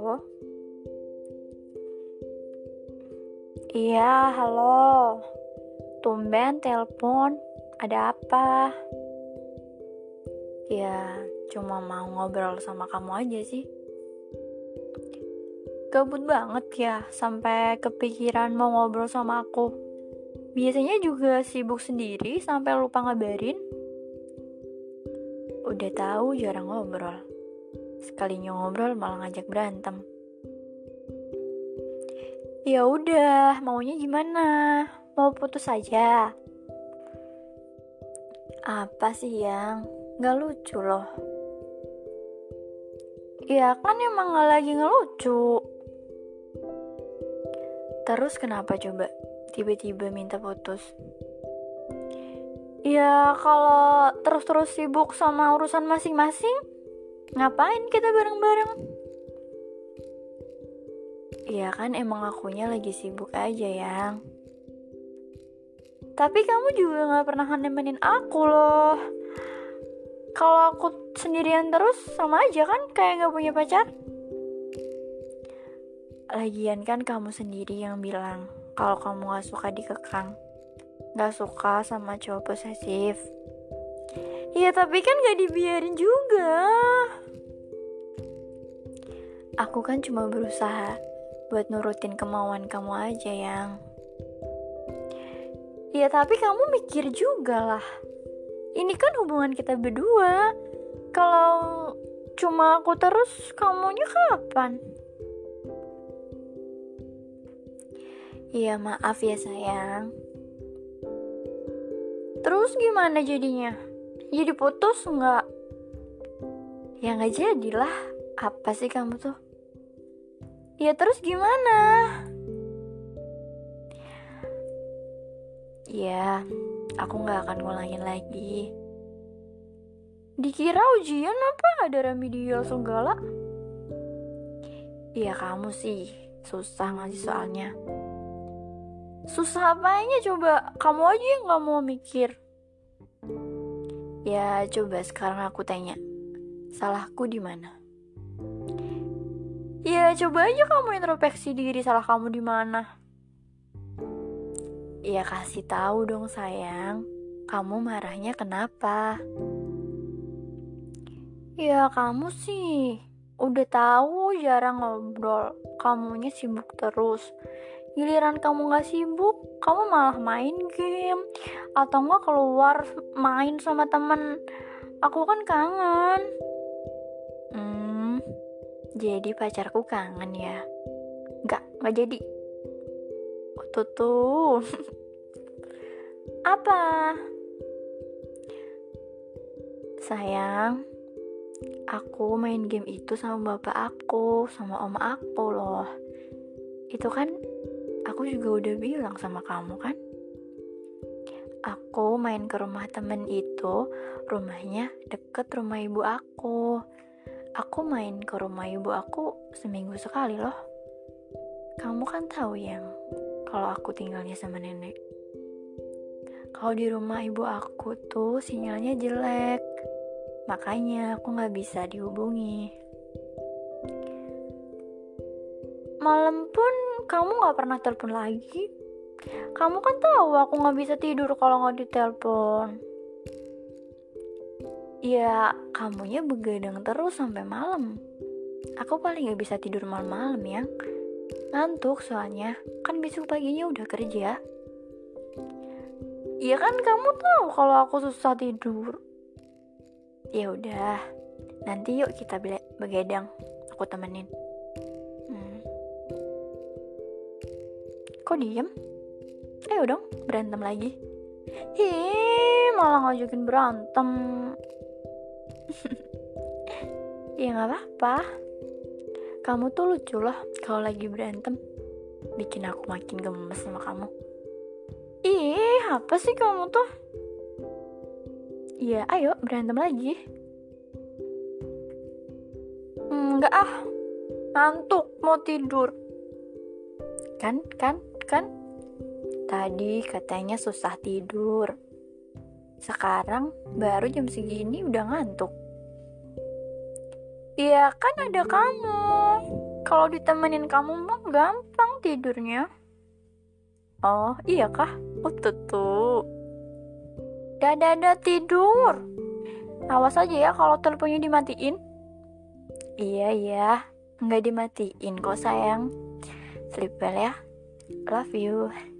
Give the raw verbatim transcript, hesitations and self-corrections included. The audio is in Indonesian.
Halo. Iya, halo. Tumben telepon. Ada apa? Ya, cuma mau ngobrol sama kamu aja sih. Gabut banget ya, sampai kepikiran mau ngobrol sama aku. Biasanya juga sibuk sendiri sampai lupa ngabarin. Udah tahu jarang ngobrol. Sekalinya ngobrol malah ngajak berantem. Ya udah, maunya gimana? Mau putus aja? Apa sih yang nggak lucu loh? Ya kan emang nggak lagi ngelucu. Terus kenapa coba tiba-tiba minta putus? Ya kalau terus-terus sibuk sama urusan masing-masing, ngapain kita bareng-bareng? Ya kan emang akunya lagi sibuk aja yang. Tapi kamu juga gak pernah nemenin aku loh. Kalau aku sendirian terus sama aja kan kayak gak punya pacar. Lagian kan kamu sendiri yang bilang kalau kamu gak suka dikekang, gak suka sama cowok posesif. Iya tapi kan gak dibiarin juga. Aku kan cuma berusaha buat nurutin kemauan kamu aja yang. Ya tapi kamu mikir juga lah. Ini kan hubungan kita berdua. Kalau cuma aku terus, kamunya kapan? Iya maaf ya sayang. Terus gimana jadinya? Jadi putus nggak? Ya nggak jadilah. Apa sih kamu tuh? Ya terus gimana? Ya, aku gak akan ngulangin lagi. Dikira ujian apa ada remedial segala? Ya kamu sih susah ngasih soalnya. Susah apanya coba? Kamu aja yang gak mau mikir. Ya coba sekarang aku tanya, salahku di mana? Ya coba aja kamu introspeksi diri, salah kamu di mana? Ya kasih tahu dong sayang, kamu marahnya kenapa? Ya kamu sih udah tahu jarang ngobrol, kamunya sibuk terus. Giliran kamu gak sibuk, kamu malah main game atau gak keluar main sama temen. Aku kan kangen. Hmm, jadi pacarku kangen ya? Gak, gak jadi. Oh, tuh tuh. Apa? Sayang, aku main game itu sama bapak aku, sama om aku loh. Itu kan aku juga udah bilang sama kamu kan. Aku main ke rumah temen itu, rumahnya deket rumah ibu aku. Aku main ke rumah ibu aku seminggu sekali loh. Kamu kan tahu yang kalau aku tinggalnya sama nenek. Kalau di rumah ibu aku tuh sinyalnya jelek, makanya aku gak bisa dihubungi. Malam pun kamu gak pernah telepon lagi. Kamu kan tahu aku gak bisa tidur kalau gak ditelepon. Ya kamunya begadang terus sampai malam. Aku paling gak bisa tidur malam-malam ya. Ngantuk soalnya, kan besok paginya udah kerja. Ya kan kamu tahu kalau aku susah tidur. Ya udah, nanti yuk kita begadang, aku temenin. Hmm. Kok diem? Ayo dong, berantem lagi. Hih, malah ngajakin berantem. Ya nggak apa-apa. Kamu tuh lucu loh kalau lagi berantem. Bikin aku makin gemes sama kamu. Ih, apa sih kamu tuh? Iya, ayo berantem lagi. Enggak ah, ngantuk mau tidur. Kan, kan, kan? Tadi katanya susah tidur. Sekarang baru jam segini udah ngantuk. Iya kan ada kamu. Kalau ditemenin kamu mah gampang tidurnya. Oh iya kah? Oh tuh. Dadah tidur. Awas aja ya kalau teleponnya dimatiin. Iya ya, nggak dimatiin kok sayang. Sleep well ya. Love you.